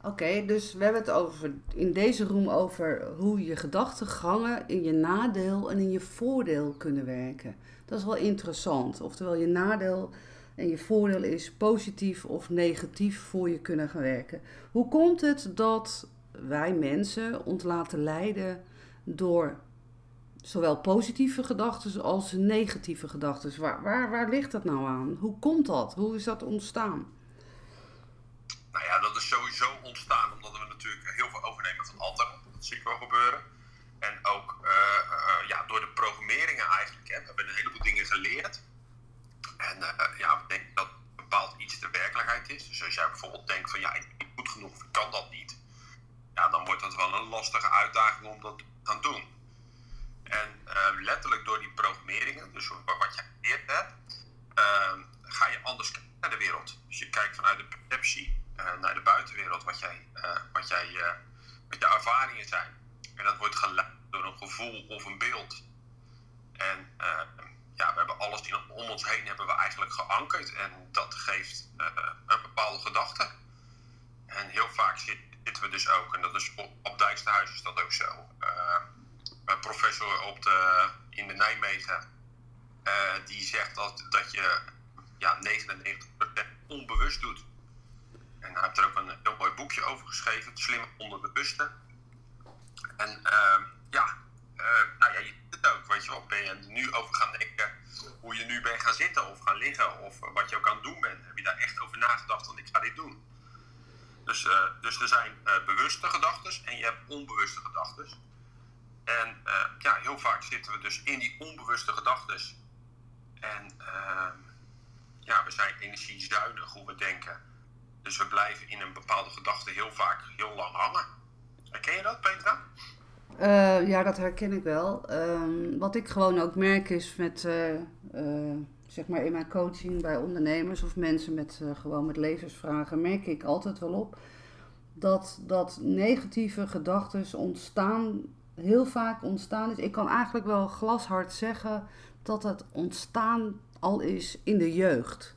Oké, dus we hebben het in deze room over hoe je gedachtegangen in je nadeel en in je voordeel kunnen werken. Dat is wel interessant. Oftewel, je nadeel en je voordeel is positief of negatief voor je kunnen gaan werken. Hoe komt het dat wij mensen ons laten leiden door zowel positieve gedachten als negatieve gedachten? Waar ligt dat nou aan? Hoe komt dat? Hoe is dat ontstaan? Nou ja, dat is sowieso ontstaan omdat we natuurlijk heel veel overnemen van anderen. Dat zie ik wel gebeuren. En ook door de programmeringen eigenlijk. Hè. We hebben een heleboel dingen geleerd. En we denken dat bepaald iets de werkelijkheid is. Dus als jij bijvoorbeeld denkt van ik ben niet goed genoeg of ik kan dat niet. Ja, dan wordt dat wel een lastige uitdaging om dat te gaan doen. En letterlijk door die programmeringen, dus wat je geleerd hebt, ga je anders kijken naar de wereld. Dus je kijkt vanuit de perceptie naar de buitenwereld, wat je ervaringen zijn. En dat wordt geleid door een gevoel of een beeld. En we hebben alles om ons heen hebben we eigenlijk geankerd. En dat geeft een bepaalde gedachte. En heel vaak zitten we dus ook, en dat is op Dijksterhuis is dat ook zo. Een professor in de Nijmegen, die zegt dat je 99% onbewust doet. En hij heeft er ook een heel mooi boekje over geschreven, Het Slimme Onderbewuste. En je ziet het ook, weet je wel. Ben je er nu over gaan denken hoe je nu bent gaan zitten of gaan liggen of wat je ook aan het doen bent? Heb je daar echt over nagedacht van ik ga dit doen? Dus er zijn bewuste gedachten en je hebt onbewuste gedachten. En heel vaak zitten we dus in die onbewuste gedachten. En we zijn energiezuinig hoe we denken. Dus we blijven in een bepaalde gedachte heel vaak heel lang hangen. Herken je dat, Petra? Ja, dat herken ik wel. Wat ik gewoon ook merk is met, zeg maar in mijn coaching bij ondernemers of mensen met levensvragen, merk ik altijd wel op dat negatieve gedachten heel vaak ontstaan is. Ik kan eigenlijk wel glashard zeggen dat het ontstaan al is in de jeugd.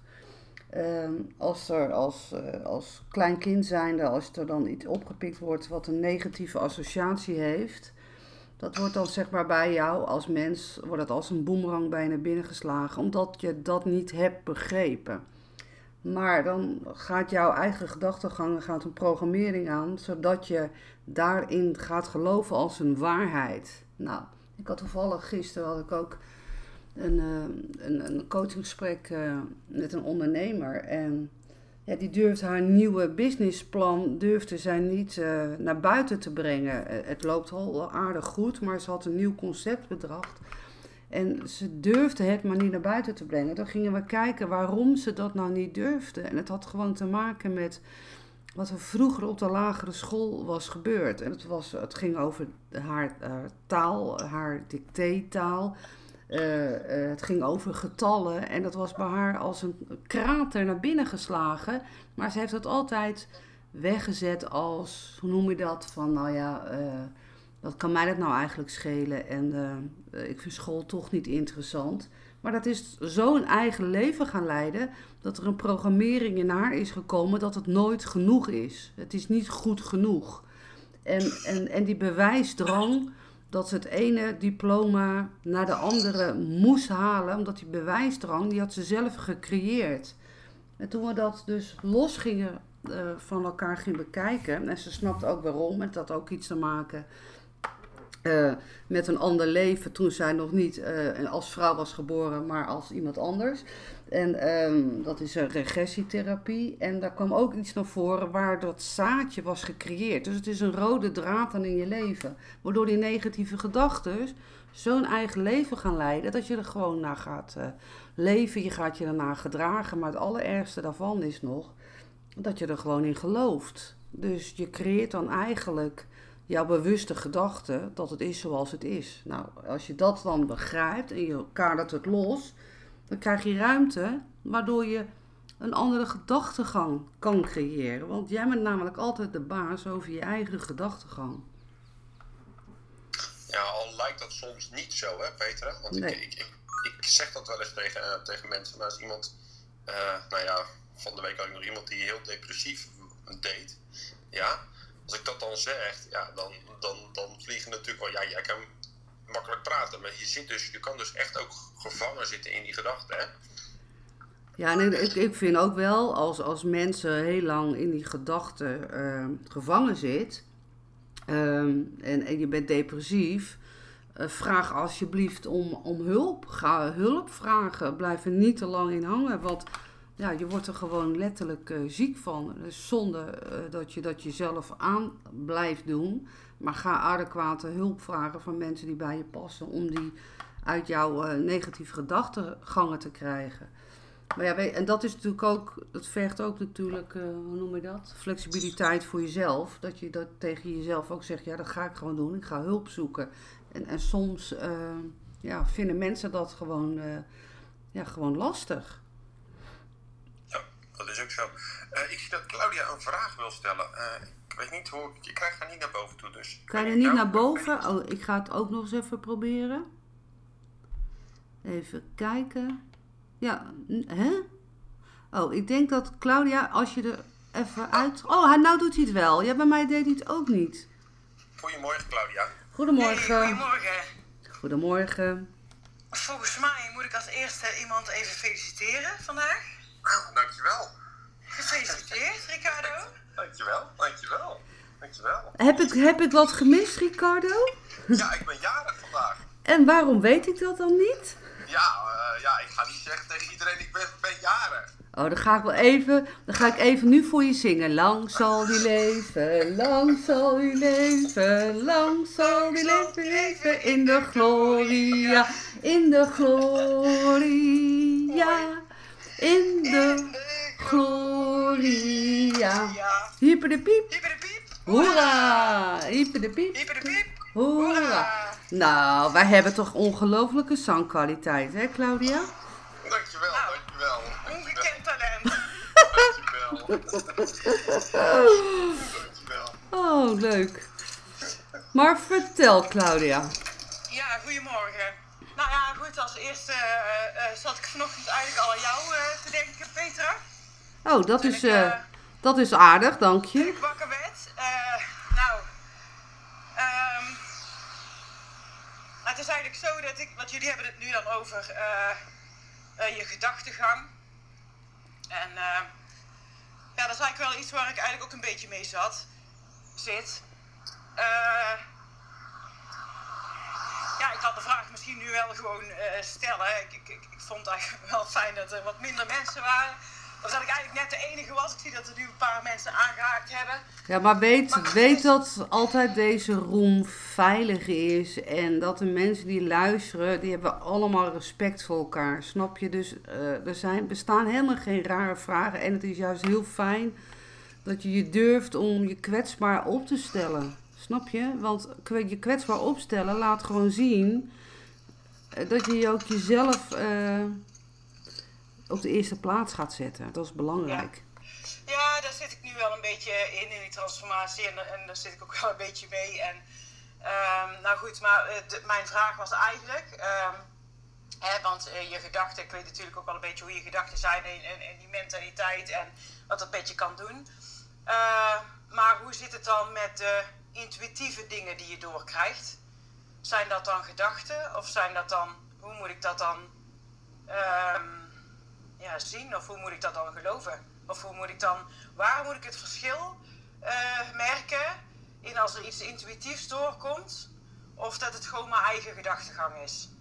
Als klein kind zijnde, als er dan iets opgepikt wordt wat een negatieve associatie heeft, dat wordt dan zeg maar bij jou als mens, wordt het als een boemerang bij je naar binnen geslagen, omdat je dat niet hebt begrepen. Maar dan gaat jouw eigen gedachtegang, gaat een programmering aan, zodat je daarin gaat geloven als een waarheid. Nou, ik had toevallig gisteren ook een coachinggesprek met een ondernemer. En die durfde haar nieuwe businessplan zij niet naar buiten te brengen. Het loopt al aardig goed, maar ze had een nieuw concept bedacht. En ze durfde het maar niet naar buiten te brengen. Dan gingen we kijken waarom ze dat nou niet durfde. En het had gewoon te maken met wat er vroeger op de lagere school was gebeurd. En het ging over haar taal, haar dictétaal. Het ging over getallen en dat was bij haar als een krater naar binnen geslagen. Maar ze heeft het altijd weggezet als, hoe noem je dat, van wat kan mij dat nou eigenlijk schelen en ik vind school toch niet interessant. Maar dat is zo een eigen leven gaan leiden dat er een programmering in haar is gekomen dat het nooit genoeg is. Het is niet goed genoeg. En die bewijsdrang dat ze het ene diploma naar de andere moest halen, omdat die bewijsdrang, die had ze zelf gecreëerd. En toen we dat dus los gingen, van elkaar gingen bekijken, en ze snapte ook waarom, het had ook iets te maken met een ander leven, toen zij nog niet als vrouw was geboren, maar als iemand anders. En dat is een regressietherapie. En daar kwam ook iets naar voren waar dat zaadje was gecreëerd. Dus het is een rode draad dan in je leven. Waardoor die negatieve gedachten zo'n eigen leven gaan leiden, dat je er gewoon naar gaat leven. Je gaat je ernaar gedragen. Maar het allerergste daarvan is nog dat je er gewoon in gelooft. Dus je creëert dan eigenlijk jouw bewuste gedachte dat het is zoals het is. Nou, als je dat dan begrijpt en je kadert het los, dan krijg je ruimte waardoor je een andere gedachtegang kan creëren. Want jij bent namelijk altijd de baas over je eigen gedachtegang. Ja, al lijkt dat soms niet zo, hè, Petra? Want nee. Ik zeg dat wel eens tegen mensen. Maar als iemand, van de week had ik nog iemand die heel depressief deed. Ja, als ik dat dan zeg, ja, dan vliegen natuurlijk wel... Ja, jij kan makkelijk praten, maar je kan dus echt ook gevangen zitten in die gedachten, hè? Ja, en ik vind ook wel, als mensen heel lang in die gedachten gevangen zit en je bent depressief, vraag alsjeblieft om hulp. Ga hulp vragen. Blijf er niet te lang in hangen, want ja, je wordt er gewoon letterlijk ziek van. Dus zonde dat je zelf aan blijft doen, maar ga adequate hulp vragen van mensen die bij je passen om die uit jouw negatieve gedachtegangen te krijgen. Maar ja, en dat is natuurlijk ook, dat vergt ook natuurlijk, hoe noem je dat? Flexibiliteit voor jezelf. Dat je dat tegen jezelf ook zegt, ja, dat ga ik gewoon doen. Ik ga hulp zoeken. En soms vinden mensen dat gewoon lastig. Ja, dat is ook zo. Ik zie dat Claudia een vraag wil stellen. Ik weet niet hoe, je krijgt haar niet naar boven toe, dus... Kan je niet naar boven? Oh, ik ga het ook nog eens even proberen. Even kijken. Ja, hè? Oh, ik denk dat Claudia, als je er even uit... Oh, nou doet hij het wel. Ja, bij mij deed hij het ook niet. Goedemorgen, Claudia. Goedemorgen. Hey, goedemorgen. Goedemorgen. Volgens mij moet ik als eerste iemand even feliciteren vandaag. Nou, dankjewel. Gefeliciteerd, Ricardo. Dankjewel. Heb ik wat gemist, Ricardo? Ja, ik ben jarig vandaag. En waarom weet ik dat dan niet? Ja, ik ga niet zeggen tegen iedereen ik ben jarig. Oh, dan ga ik even nu voor je zingen. Lang zal die leven, lang zal die leven, lang zal die leven in de gloria, in de gloria, in de gloria. Hyper de piep, Hyper de piep. hoera, hyper de piep, Hyper de piep. hoera. Nou, wij hebben toch ongelooflijke zangkwaliteit, hè Claudia? Dankjewel. Ongekend talent. Dankjewel. Oh, leuk. Maar vertel, Claudia. Ja, goedemorgen. Nou ja, goed, als eerste zat ik vanochtend eigenlijk al aan jou te denken, Petra. Oh, dat is aardig, dank Toen je. ik wakker werd. Het is eigenlijk zo dat want jullie hebben het nu dan over je gedachtegang. En dat is eigenlijk wel iets waar ik eigenlijk ook een beetje mee zit. Ik had de vraag misschien nu wel gewoon stellen. Ik vond het eigenlijk wel fijn dat er wat minder mensen waren. Of dat ik eigenlijk net de enige was. Ik zie dat er nu een paar mensen aangehaakt hebben. Ja, maar weet dat altijd deze room veilig is. En dat de mensen die luisteren, die hebben allemaal respect voor elkaar. Snap je? Dus er bestaan helemaal geen rare vragen. En het is juist heel fijn dat je durft om je kwetsbaar op te stellen. Snap je? Want je kwetsbaar opstellen laat gewoon zien dat je ook jezelf op de eerste plaats gaat zetten. Dat is belangrijk. Ja, daar zit ik nu wel een beetje in die transformatie. En daar zit ik ook wel een beetje mee. En mijn vraag was eigenlijk... want je gedachten, ik weet natuurlijk ook wel een beetje hoe je gedachten zijn en die mentaliteit en wat dat met je kan doen. Maar hoe zit het dan met de intuïtieve dingen die je doorkrijgt? Zijn dat dan gedachten of zijn dat dan, hoe moet ik dat dan zien of hoe moet ik dat dan geloven? Of waar moet ik het verschil merken in als er iets intuïtiefs doorkomt of dat het gewoon mijn eigen gedachtegang is?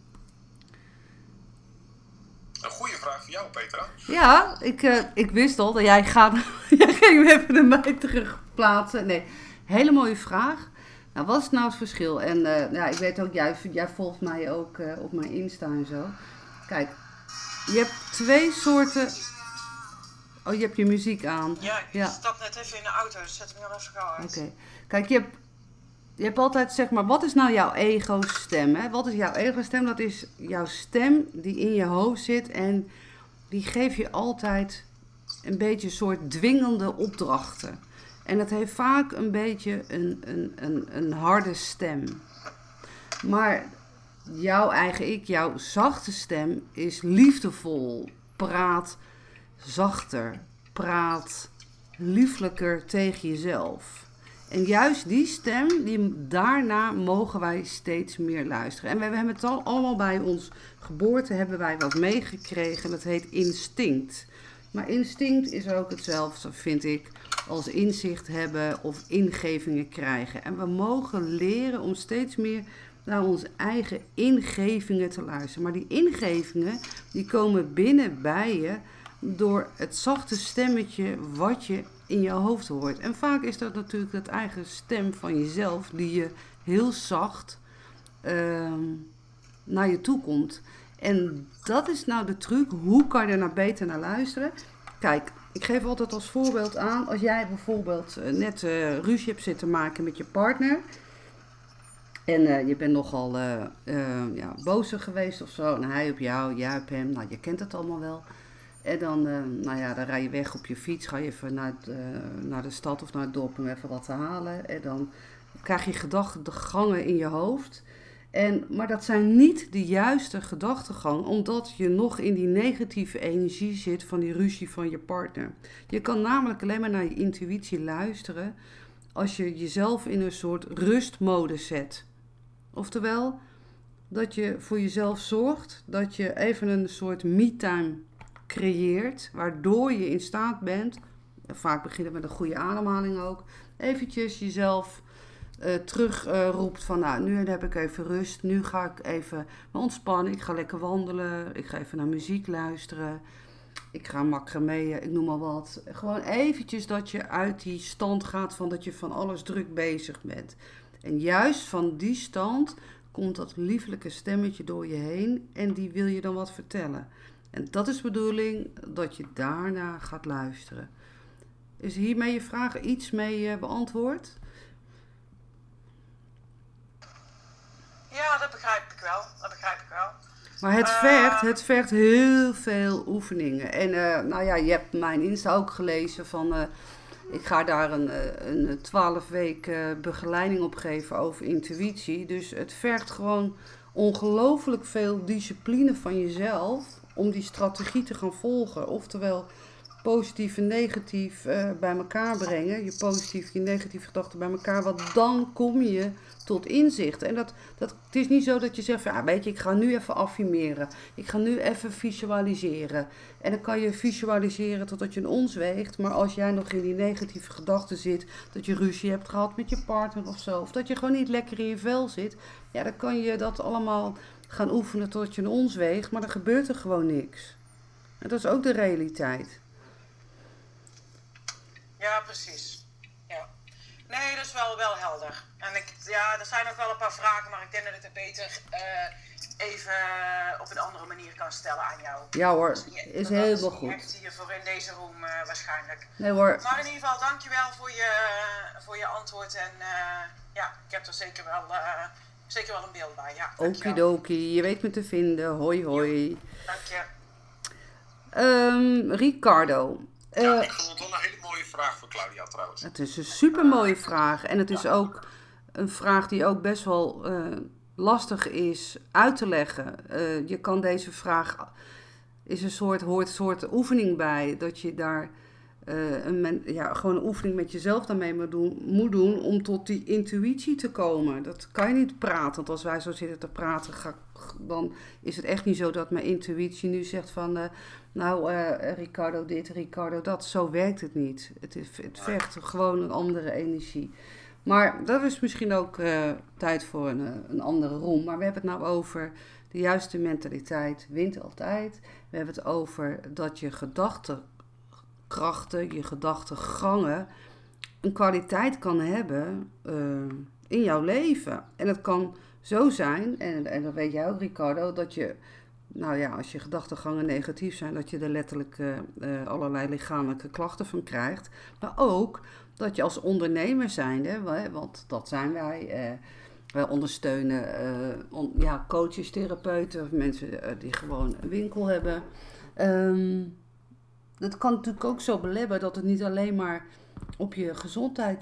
Een goede vraag voor jou, Petra. Ja, ik wist al dat jij ging hem even naar mij terugplaatsen. Nee, hele mooie vraag. Nou, wat is nou het verschil? En ik weet ook, jij volgt mij ook op mijn Insta en zo. Kijk, je hebt twee soorten... Oh, je hebt je muziek aan. Ja, stap net even in de auto, dus zet hem heel even gauw uit. Oké. Kijk, je hebt altijd, zeg maar, wat is nou jouw ego-stem? Hè? Wat is jouw ego-stem? Dat is jouw stem die in je hoofd zit en die geeft je altijd een beetje een soort dwingende opdrachten. En dat heeft vaak een beetje een harde stem. Maar jouw eigen ik, jouw zachte stem is liefdevol. Praat zachter. Praat lieflijker tegen jezelf. En juist die stem, daarna mogen wij steeds meer luisteren. En we hebben het allemaal bij ons geboorte hebben wij wat meegekregen. Dat heet instinct. Maar instinct is ook hetzelfde, vind ik, als inzicht hebben of ingevingen krijgen. En we mogen leren om steeds meer naar onze eigen ingevingen te luisteren. Maar die ingevingen, die komen binnen bij je door het zachte stemmetje wat je in je hoofd hoort. En vaak is dat natuurlijk dat eigen stem van jezelf die je heel zacht naar je toe komt. En dat is nou de truc. Hoe kan je er nou beter naar luisteren? Kijk, ik geef altijd als voorbeeld aan, als jij bijvoorbeeld net ruzie hebt zitten maken met je partner en je bent nogal bozer geweest of zo, en hij op jou, jij op hem, nou je kent het allemaal wel. En dan, dan rij je weg op je fiets, ga je even naar de stad of naar het dorp om even wat te halen. En dan krijg je gedachtegangen in je hoofd. Maar dat zijn niet de juiste gedachtegang, omdat je nog in die negatieve energie zit van die ruzie van je partner. Je kan namelijk alleen maar naar je intuïtie luisteren als je jezelf in een soort rustmodus zet. Oftewel, dat je voor jezelf zorgt, dat je even een soort me-time creëert, waardoor je in staat bent, vaak beginnen met een goede ademhaling ook, eventjes jezelf terugroept van nou, nu heb ik even rust, nu ga ik even me ontspannen, ik ga lekker wandelen, ik ga even naar muziek luisteren, ik ga macrameën, ik noem maar wat. Gewoon eventjes dat je uit die stand gaat van dat je van alles druk bezig bent. En juist van die stand komt dat lieflijke stemmetje door je heen en die wil je dan wat vertellen. En dat is de bedoeling, dat je daarna gaat luisteren. Is hiermee je vraag iets mee beantwoord? Ja, dat begrijp ik wel. Maar het vergt heel veel oefeningen. En je hebt mijn Insta ook gelezen van ik ga daar een 12 week begeleiding op geven over intuïtie. Dus het vergt gewoon ongelooflijk veel discipline van jezelf om die strategie te gaan volgen. Oftewel positief en negatief bij elkaar brengen. Je positieve, je negatieve gedachten bij elkaar. Want dan kom je tot inzicht. En het is niet zo dat je zegt, weet je, ik ga nu even affirmeren. Ik ga nu even visualiseren. En dan kan je visualiseren totdat je een ons weegt. Maar als jij nog in die negatieve gedachten zit, dat je ruzie hebt gehad met je partner of zo, of dat je gewoon niet lekker in je vel zit, ja, dan kan je dat allemaal gaan oefenen totdat je een ons weegt. Maar dan gebeurt er gewoon niks. En dat is ook de realiteit. Ja, precies. Ja. Nee, dat is wel helder. En er zijn nog wel een paar vragen, maar ik denk dat ik het beter even op een andere manier kan stellen aan jou. Ja hoor, dus is helemaal goed. Echt hiervoor in deze room waarschijnlijk. Nee hoor. Maar in ieder geval, dankjewel voor je antwoord. En ik heb er zeker wel een beeld bij. Ja, okidoki, je weet me te vinden. Hoi hoi. Jo, dank je. Ricardo. Ik vond het wel een hele mooie vraag van Claudia trouwens. Het is een super mooie vraag. En het is ook een vraag die ook best wel lastig is uit te leggen. Je kan deze vraag, hoort een soort oefening bij. Dat je daar gewoon een oefening met jezelf daarmee moet doen om tot die intuïtie te komen. Dat kan je niet praten. Want als wij zo zitten te praten, dan is het echt niet zo dat mijn intuïtie nu zegt van Ricardo dit, Ricardo dat. Zo werkt het niet. Het vergt gewoon een andere energie. Maar dat is misschien ook tijd voor een andere room. Maar we hebben het nou over de juiste mentaliteit wint altijd. We hebben het over dat je gedachtenkrachten, je gedachtengangen een kwaliteit kan hebben in jouw leven. En het kan zo zijn, en dat weet jij ook Ricardo, dat je, als je gedachtengangen negatief zijn, dat je er letterlijk allerlei lichamelijke klachten van krijgt. Maar ook dat je als ondernemer zijnde, want dat zijn wij, wij ondersteunen coaches, therapeuten, mensen die gewoon een winkel hebben. Dat kan natuurlijk ook zo belemmeren dat het niet alleen maar op je gezondheid.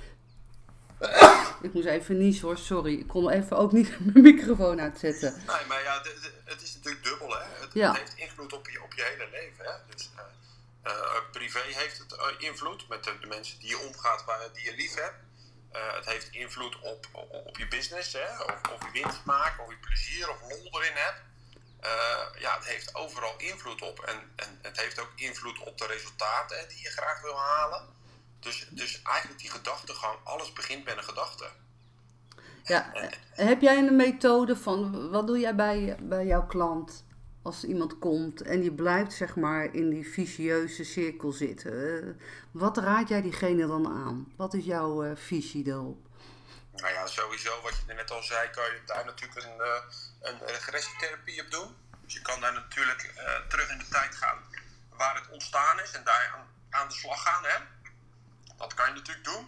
Ik moest even niezen hoor, sorry. Ik kon even ook niet mijn microfoon uitzetten. Nee, maar ja, het is natuurlijk dubbel hè. Het heeft invloed op je hele leven hè. Dus Privé heeft het invloed met de mensen die je omgaat, die je lief hebt. Het heeft invloed op je business, hè? Of je winst maakt, of je plezier of lol erin hebt. Het heeft overal invloed op. En het heeft ook invloed op de resultaten die je graag wil halen. Dus eigenlijk die gedachtegang, alles begint met een gedachte. Ja, heb jij een methode van, wat doe jij bij jouw klant als iemand komt en die blijft zeg maar in die vicieuze cirkel zitten? Wat raad jij diegene dan aan? Wat is jouw visie daarop? Nou ja, sowieso wat je net al zei, kan je daar natuurlijk een regressietherapie op doen. Dus je kan daar natuurlijk terug in de tijd gaan waar het ontstaan is en daar aan de slag gaan. Hè? Dat kan je natuurlijk doen.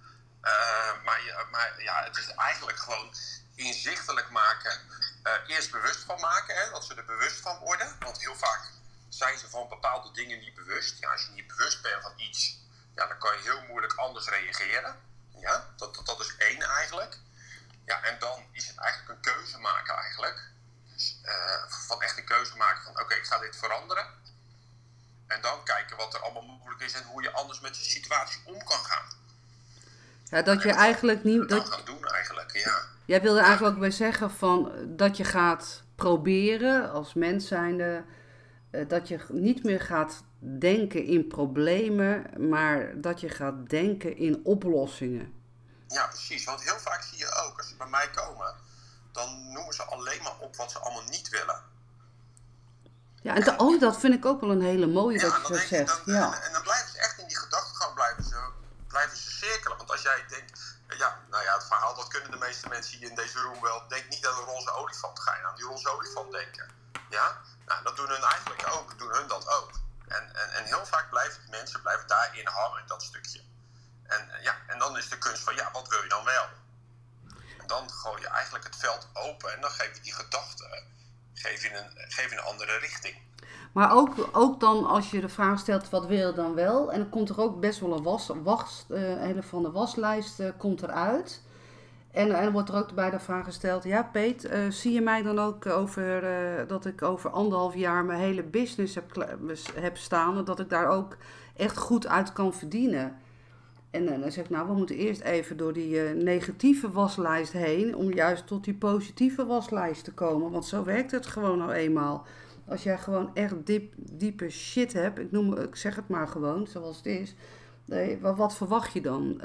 Maar het is eigenlijk gewoon inzichtelijk maken. Eerst bewust van maken, hè, dat ze er bewust van worden. Want heel vaak zijn ze van bepaalde dingen niet bewust. Ja, als je niet bewust bent van iets, dan kan je heel moeilijk anders reageren. Ja, dat is één eigenlijk. Ja, en dan is het eigenlijk een keuze maken eigenlijk. Dus van echt een keuze maken van oké, ik ga dit veranderen. En dan kijken wat er allemaal mogelijk is en hoe je anders met de situatie om kan gaan. Ja, dat je eigenlijk niet... Dat gaan doen eigenlijk, ja. Jij wilde eigenlijk ook bij zeggen van dat je gaat proberen als mens zijnde, dat je niet meer gaat denken in problemen, maar dat je gaat denken in oplossingen. Ja, precies. Want heel vaak zie je ook, als ze bij mij komen, dan noemen ze alleen maar op wat ze allemaal niet willen. Ja, en dat vind ik ook wel een hele mooie dat je zo zegt. En dan blijven ze echt in die gedachtegang blijven ze cirkelen. Want als jij denkt, het verhaal, dat kunnen de meeste mensen hier in deze room wel. Denk niet aan een roze olifant, ga je aan die roze olifant denken. Ja? Nou, dat doen hun eigenlijk ook, dat ook. En heel vaak blijven mensen daarin hangen, in dat stukje. En dan is de kunst van, wat wil je dan wel? En dan gooi je eigenlijk het veld open en dan geef je die gedachten, geef je een andere richting. Maar ook dan als je de vraag stelt, wat wil je dan wel? En dan komt er ook best wel een waslijst komt eruit. En dan wordt er ook bij de vraag gesteld, ja Peet, zie je mij dan ook dat ik over 1,5 jaar mijn hele business heb staan en dat ik daar ook echt goed uit kan verdienen? En dan zeg ik, we moeten eerst even door die negatieve waslijst heen om juist tot die positieve waslijst te komen. Want zo werkt het gewoon nou eenmaal. Als jij gewoon echt diepe shit hebt, ik zeg het maar gewoon zoals het is. Wat verwacht je dan?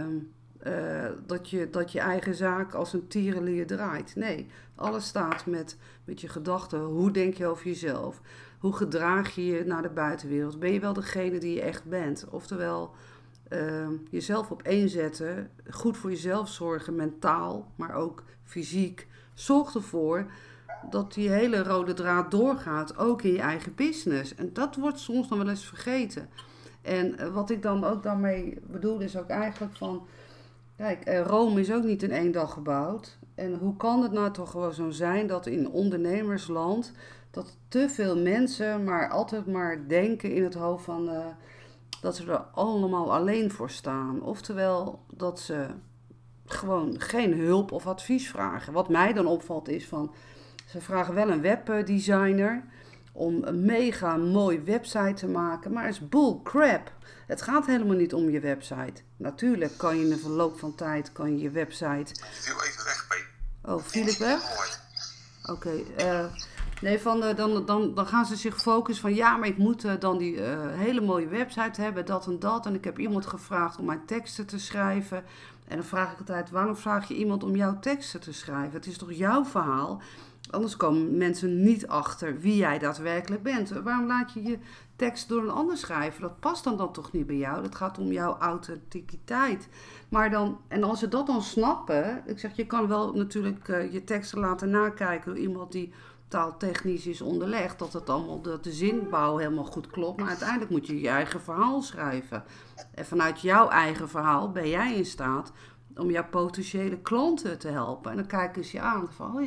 Dat je eigen zaak als een tierenlier draait. Nee, alles staat met je gedachten. Hoe denk je over jezelf? Hoe gedraag je je naar de buitenwereld? Ben je wel degene die je echt bent? Oftewel, jezelf op één zetten. Goed voor jezelf zorgen, mentaal, maar ook fysiek. Zorg ervoor dat die hele rode draad doorgaat, ook in je eigen business. En dat wordt soms dan wel eens vergeten. En wat ik dan ook daarmee bedoel is ook eigenlijk van, kijk, Rome is ook niet in 1 dag gebouwd. En hoe kan het nou toch gewoon zo zijn dat in ondernemersland, dat te veel mensen maar altijd maar denken in het hoofd van, dat ze er allemaal alleen voor staan. Oftewel, dat ze gewoon geen hulp of advies vragen. Wat mij dan opvalt is van, ze vragen wel een webdesigner om een mega mooi website te maken, maar het is bullcrap. Het gaat helemaal niet om je website. Natuurlijk kan je in de verloop van tijd je website... Je viel even weg, Peet. Oh, viel ik weg? Oké. Dan gaan ze zich focussen van, maar ik moet dan die hele mooie website hebben, dat en dat. En ik heb iemand gevraagd om mijn teksten te schrijven. En dan vraag ik altijd, waarom vraag je iemand om jouw teksten te schrijven? Het is toch jouw verhaal? Anders komen mensen niet achter wie jij daadwerkelijk bent. Waarom laat je je tekst door een ander schrijven? Dat past dan toch niet bij jou? Dat gaat om jouw authenticiteit. En als ze dat dan snappen... Ik zeg, je kan wel natuurlijk je teksten laten nakijken door iemand die taaltechnisch is onderlegd. Dat de zinbouw helemaal goed klopt. Maar uiteindelijk moet je je eigen verhaal schrijven. En vanuit jouw eigen verhaal ben jij in staat om jouw potentiële klanten te helpen. En dan kijken ze je aan van,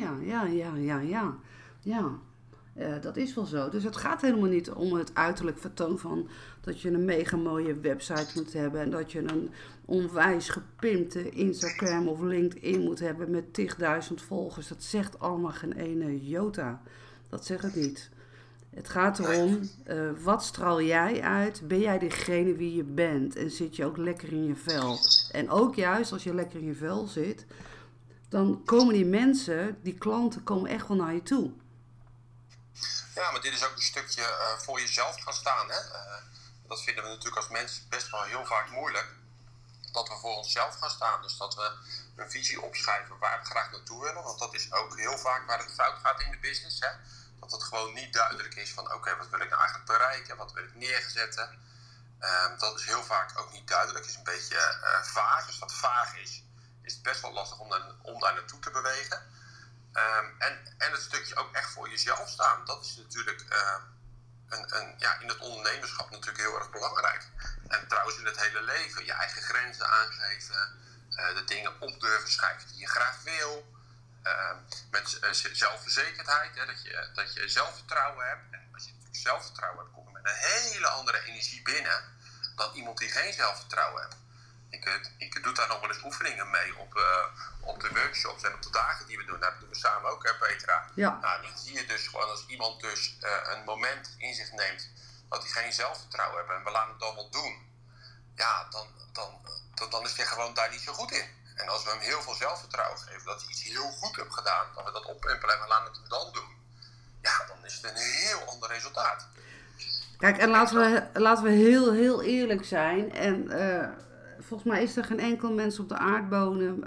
dat is wel zo. Dus het gaat helemaal niet om het uiterlijk vertoon van dat je een mega mooie website moet hebben en dat je een onwijs gepimpte Instagram of LinkedIn moet hebben met 10.000 volgers. Dat zegt allemaal geen ene jota. Dat zegt het niet. Het gaat erom, wat straal jij uit? Ben jij degene wie je bent? En zit je ook lekker in je vel? En ook juist als je lekker in je vel zit, dan komen die mensen, die klanten, komen echt wel naar je toe. Ja, maar dit is ook een stukje voor jezelf gaan staan. Hè? Dat vinden we natuurlijk als mensen best wel heel vaak moeilijk. Dat we voor onszelf gaan staan. Dus dat we een visie opschrijven waar we graag naartoe willen. Want dat is ook heel vaak waar het fout gaat in de business. Hè? Dat het gewoon niet duidelijk is van oké, wat wil ik nou eigenlijk bereiken? Wat wil ik neerzetten? Dat is heel vaak ook niet duidelijk. Het is een beetje vaag. Dus wat vaag is het best wel lastig om daar naartoe te bewegen. En het stukje ook echt voor jezelf staan. Dat is natuurlijk in het ondernemerschap natuurlijk heel erg belangrijk. En trouwens in het hele leven. Je eigen grenzen aangeven. De dingen op durven schrijven die je graag wil. Met zelfverzekerdheid. Hè, dat je zelfvertrouwen hebt. En als je natuurlijk zelfvertrouwen hebt, kom je met een hele andere energie binnen dan iemand die geen zelfvertrouwen heeft. Ik doe daar nog wel eens oefeningen mee op de workshops en op de dagen die we doen. Nou, dat doen we samen ook, hè, Petra? Ja. Nou, dan zie je dus gewoon als iemand dus een moment in zich neemt dat hij geen zelfvertrouwen heeft en we laten het dan wel doen. Ja, dan is hij gewoon daar niet zo goed in. En als we hem heel veel zelfvertrouwen geven dat hij iets heel goed heeft gedaan, dat we dat oppimpelen en we laten het hem dan doen. Ja, dan is het een heel ander resultaat. Kijk, en laten we heel, heel eerlijk zijn. En volgens mij is er geen enkel mens op de aardbodem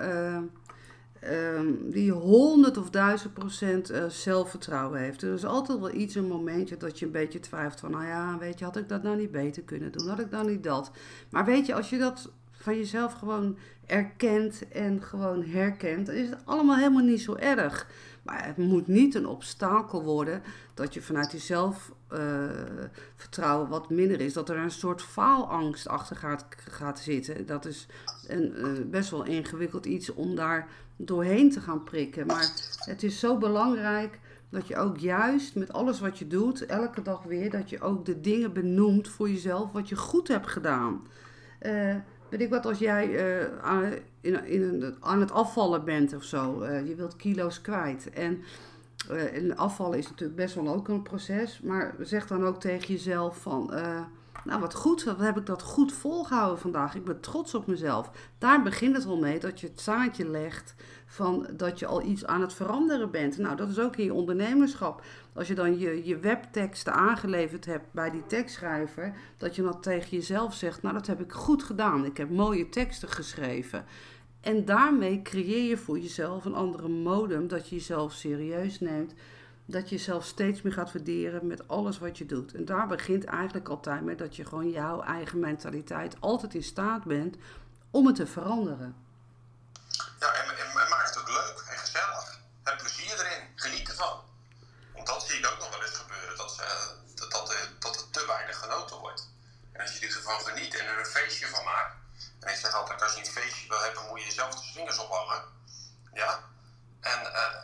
die 100 of 1000% zelfvertrouwen heeft. Er is altijd wel een momentje dat je een beetje twijfelt van, nou ja, weet je, had ik dat nou niet beter kunnen doen? Had ik nou niet dat? Maar weet je, als je dat van jezelf gewoon erkent en gewoon herkent, dan is het allemaal helemaal niet zo erg. Maar het moet niet een obstakel worden dat je vanuit je zelfvertrouwen wat minder is. Dat er een soort faalangst achter gaat zitten. Dat is best wel ingewikkeld iets om daar doorheen te gaan prikken. Maar het is zo belangrijk dat je ook juist met alles wat je doet, elke dag weer, dat je ook de dingen benoemt voor jezelf wat je goed hebt gedaan. Weet ik wat, als jij aan het afvallen bent of zo, je wilt kilo's kwijt. En afvallen is natuurlijk best wel ook een proces, maar zeg dan ook tegen jezelf van, nou wat goed, wat heb ik dat goed volgehouden vandaag. Ik ben trots op mezelf. Daar begint het al mee dat je het zaadje legt van dat je al iets aan het veranderen bent. Nou, dat is ook in je ondernemerschap. Als je dan je webteksten aangeleverd hebt bij die tekstschrijver, dat je dan tegen jezelf zegt, nou dat heb ik goed gedaan. Ik heb mooie teksten geschreven. En daarmee creëer je voor jezelf een andere modem, dat je jezelf serieus neemt. Dat je jezelf steeds meer gaat waarderen met alles wat je doet. En daar begint eigenlijk altijd met dat je gewoon jouw eigen mentaliteit altijd in staat bent om het te veranderen. Ja, en maak het ook leuk en gezellig. Heb plezier erin. Geniet ervan. Want dat zie ik ook nog wel eens gebeuren. Dat er te weinig genoten wordt. En als je ervan geniet en er een feestje van maakt. En ik zeg altijd, als je een feestje wil hebben, moet je jezelf de swingers ophangen. Ja. En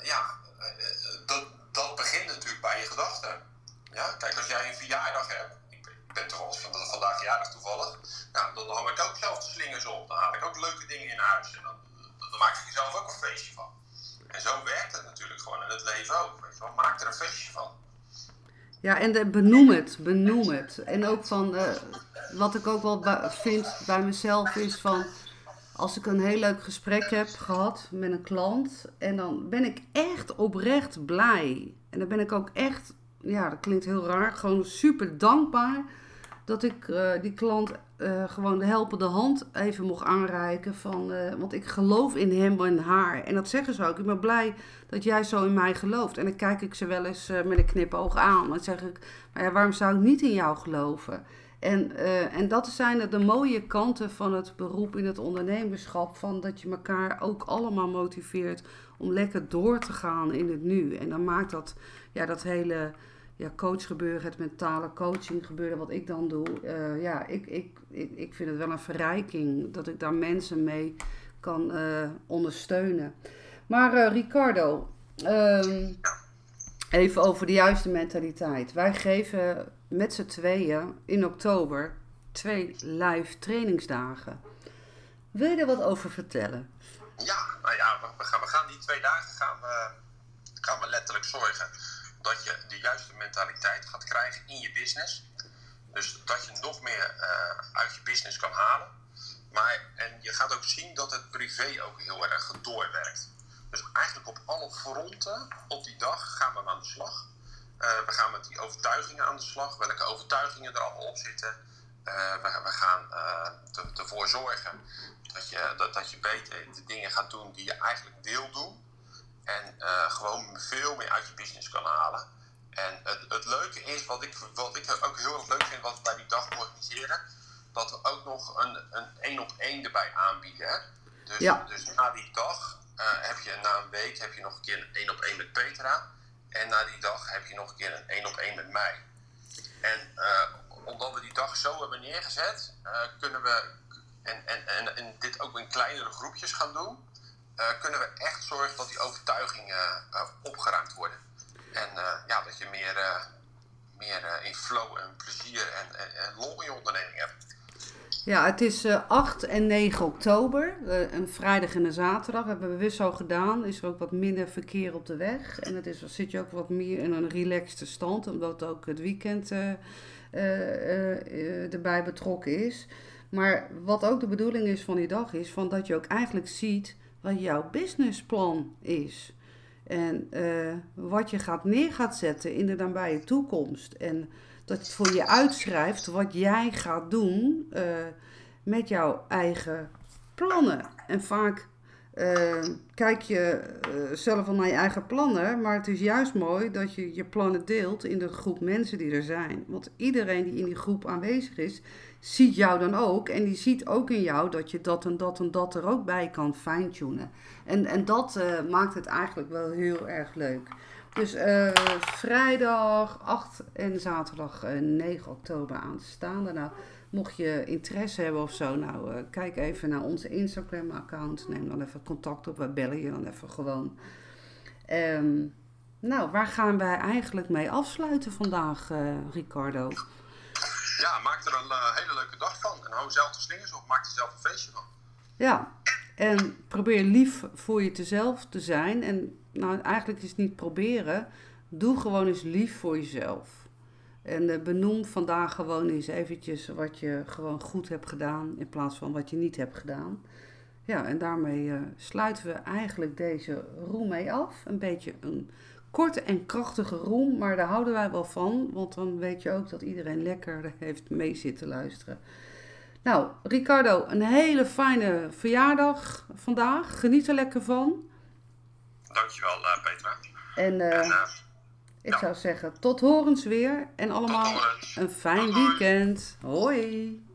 dat begint natuurlijk bij je gedachten. Ja, kijk, als jij een verjaardag hebt, ik ben toevallig vandaag verjaardag toevallig, nou, dan hang ik ook zelf de slingers op. Dan haal ik ook leuke dingen in huis en dan maak ik er zelf ook een feestje van. En zo werkt het natuurlijk gewoon in het leven ook. Weet je wel? Maak er een feestje van. Ja, en benoem het. En ook van, wat ik ook wel vind bij mezelf is van, als ik een heel leuk gesprek heb gehad met een klant en dan ben ik echt oprecht blij. En dan ben ik ook echt, ja, dat klinkt heel raar, gewoon super dankbaar dat ik die klant gewoon de helpende hand even mocht aanreiken. Want ik geloof in hem en haar. En dat zeggen ze ook. Ik ben blij dat jij zo in mij gelooft. En dan kijk ik ze wel eens met een knipoog aan. Dan zeg ik, maar ja, waarom zou ik niet in jou geloven? En dat zijn de mooie kanten van het beroep in het ondernemerschap. Van dat je elkaar ook allemaal motiveert om lekker door te gaan in het nu. En dan maakt dat hele coachgebeuren, het mentale coaching gebeuren wat ik dan doe. Ik vind het wel een verrijking dat ik daar mensen mee kan ondersteunen. Maar Ricardo, even over de juiste mentaliteit. Wij geven met z'n tweeën in oktober 2 live trainingsdagen. Wil je er wat over vertellen? Ja, nou ja, we gaan die 2 dagen gaan we letterlijk zorgen dat je de juiste mentaliteit gaat krijgen in je business. Dus dat je nog meer uit je business kan halen. En je gaat ook zien dat het privé ook heel erg doorwerkt. Dus eigenlijk op alle fronten op die dag gaan we aan de slag. We gaan met die overtuigingen aan de slag. Welke overtuigingen er allemaal op zitten. We gaan ervoor zorgen dat je beter de dingen gaat doen die je eigenlijk wil doen. En gewoon veel meer uit je business kan halen. En het leuke is, wat ik ook heel erg leuk vind, wat we bij die dag organiseren, dat we ook nog een 1-op-1 erbij aanbieden. Hè? Dus na die dag na een week heb je nog een keer een 1-op-1 met Petra. En na die dag heb je nog een keer een 1-op-1 met mij. En omdat we die dag zo hebben neergezet, kunnen we, en dit ook in kleinere groepjes gaan doen, kunnen we echt zorgen dat die overtuigingen opgeruimd worden. En dat je meer in flow en plezier en lol in je onderneming hebt. Ja, het is 8 en 9 oktober, een vrijdag en een zaterdag. Dat hebben we bewust zo gedaan. Is er ook wat minder verkeer op de weg. En zit je ook wat meer in een relaxte stand, omdat ook het weekend erbij betrokken is. Maar wat ook de bedoeling is van die dag is, dat je ook eigenlijk ziet wat jouw businessplan is. En wat je neer gaat zetten in de nabije toekomst. En dat het voor je uitschrijft wat jij gaat doen met jouw eigen plannen. En vaak kijk je zelf al naar je eigen plannen. Maar het is juist mooi dat je je plannen deelt in de groep mensen die er zijn. Want iedereen die in die groep aanwezig is, ziet jou dan ook. En die ziet ook in jou dat je dat en dat en dat er ook bij kan fine-tunen. En dat maakt het eigenlijk wel heel erg leuk. Dus vrijdag 8 en zaterdag 9 oktober aanstaande. Nou, mocht je interesse hebben of zo, kijk even naar onze Instagram-account. Neem dan even contact op, we bellen je dan even gewoon. Waar gaan wij eigenlijk mee afsluiten vandaag, Ricardo? Ja, maak er een hele leuke dag van. En hou zelf de slingers op, maak er zelf een feestje van. Ja, en probeer lief voor jezelf te zijn. En eigenlijk is het niet proberen. Doe gewoon eens lief voor jezelf. En benoem vandaag gewoon eens eventjes wat je gewoon goed hebt gedaan in plaats van wat je niet hebt gedaan. Ja, en daarmee sluiten we eigenlijk deze room mee af. Een beetje een korte en krachtige room, maar daar houden wij wel van. Want dan weet je ook dat iedereen lekker heeft mee zitten luisteren. Nou, Ricardo, een hele fijne verjaardag vandaag. Geniet er lekker van. Dankjewel, Petra. En ik zou zeggen, tot horens weer. En allemaal een fijn weekend. Hoi.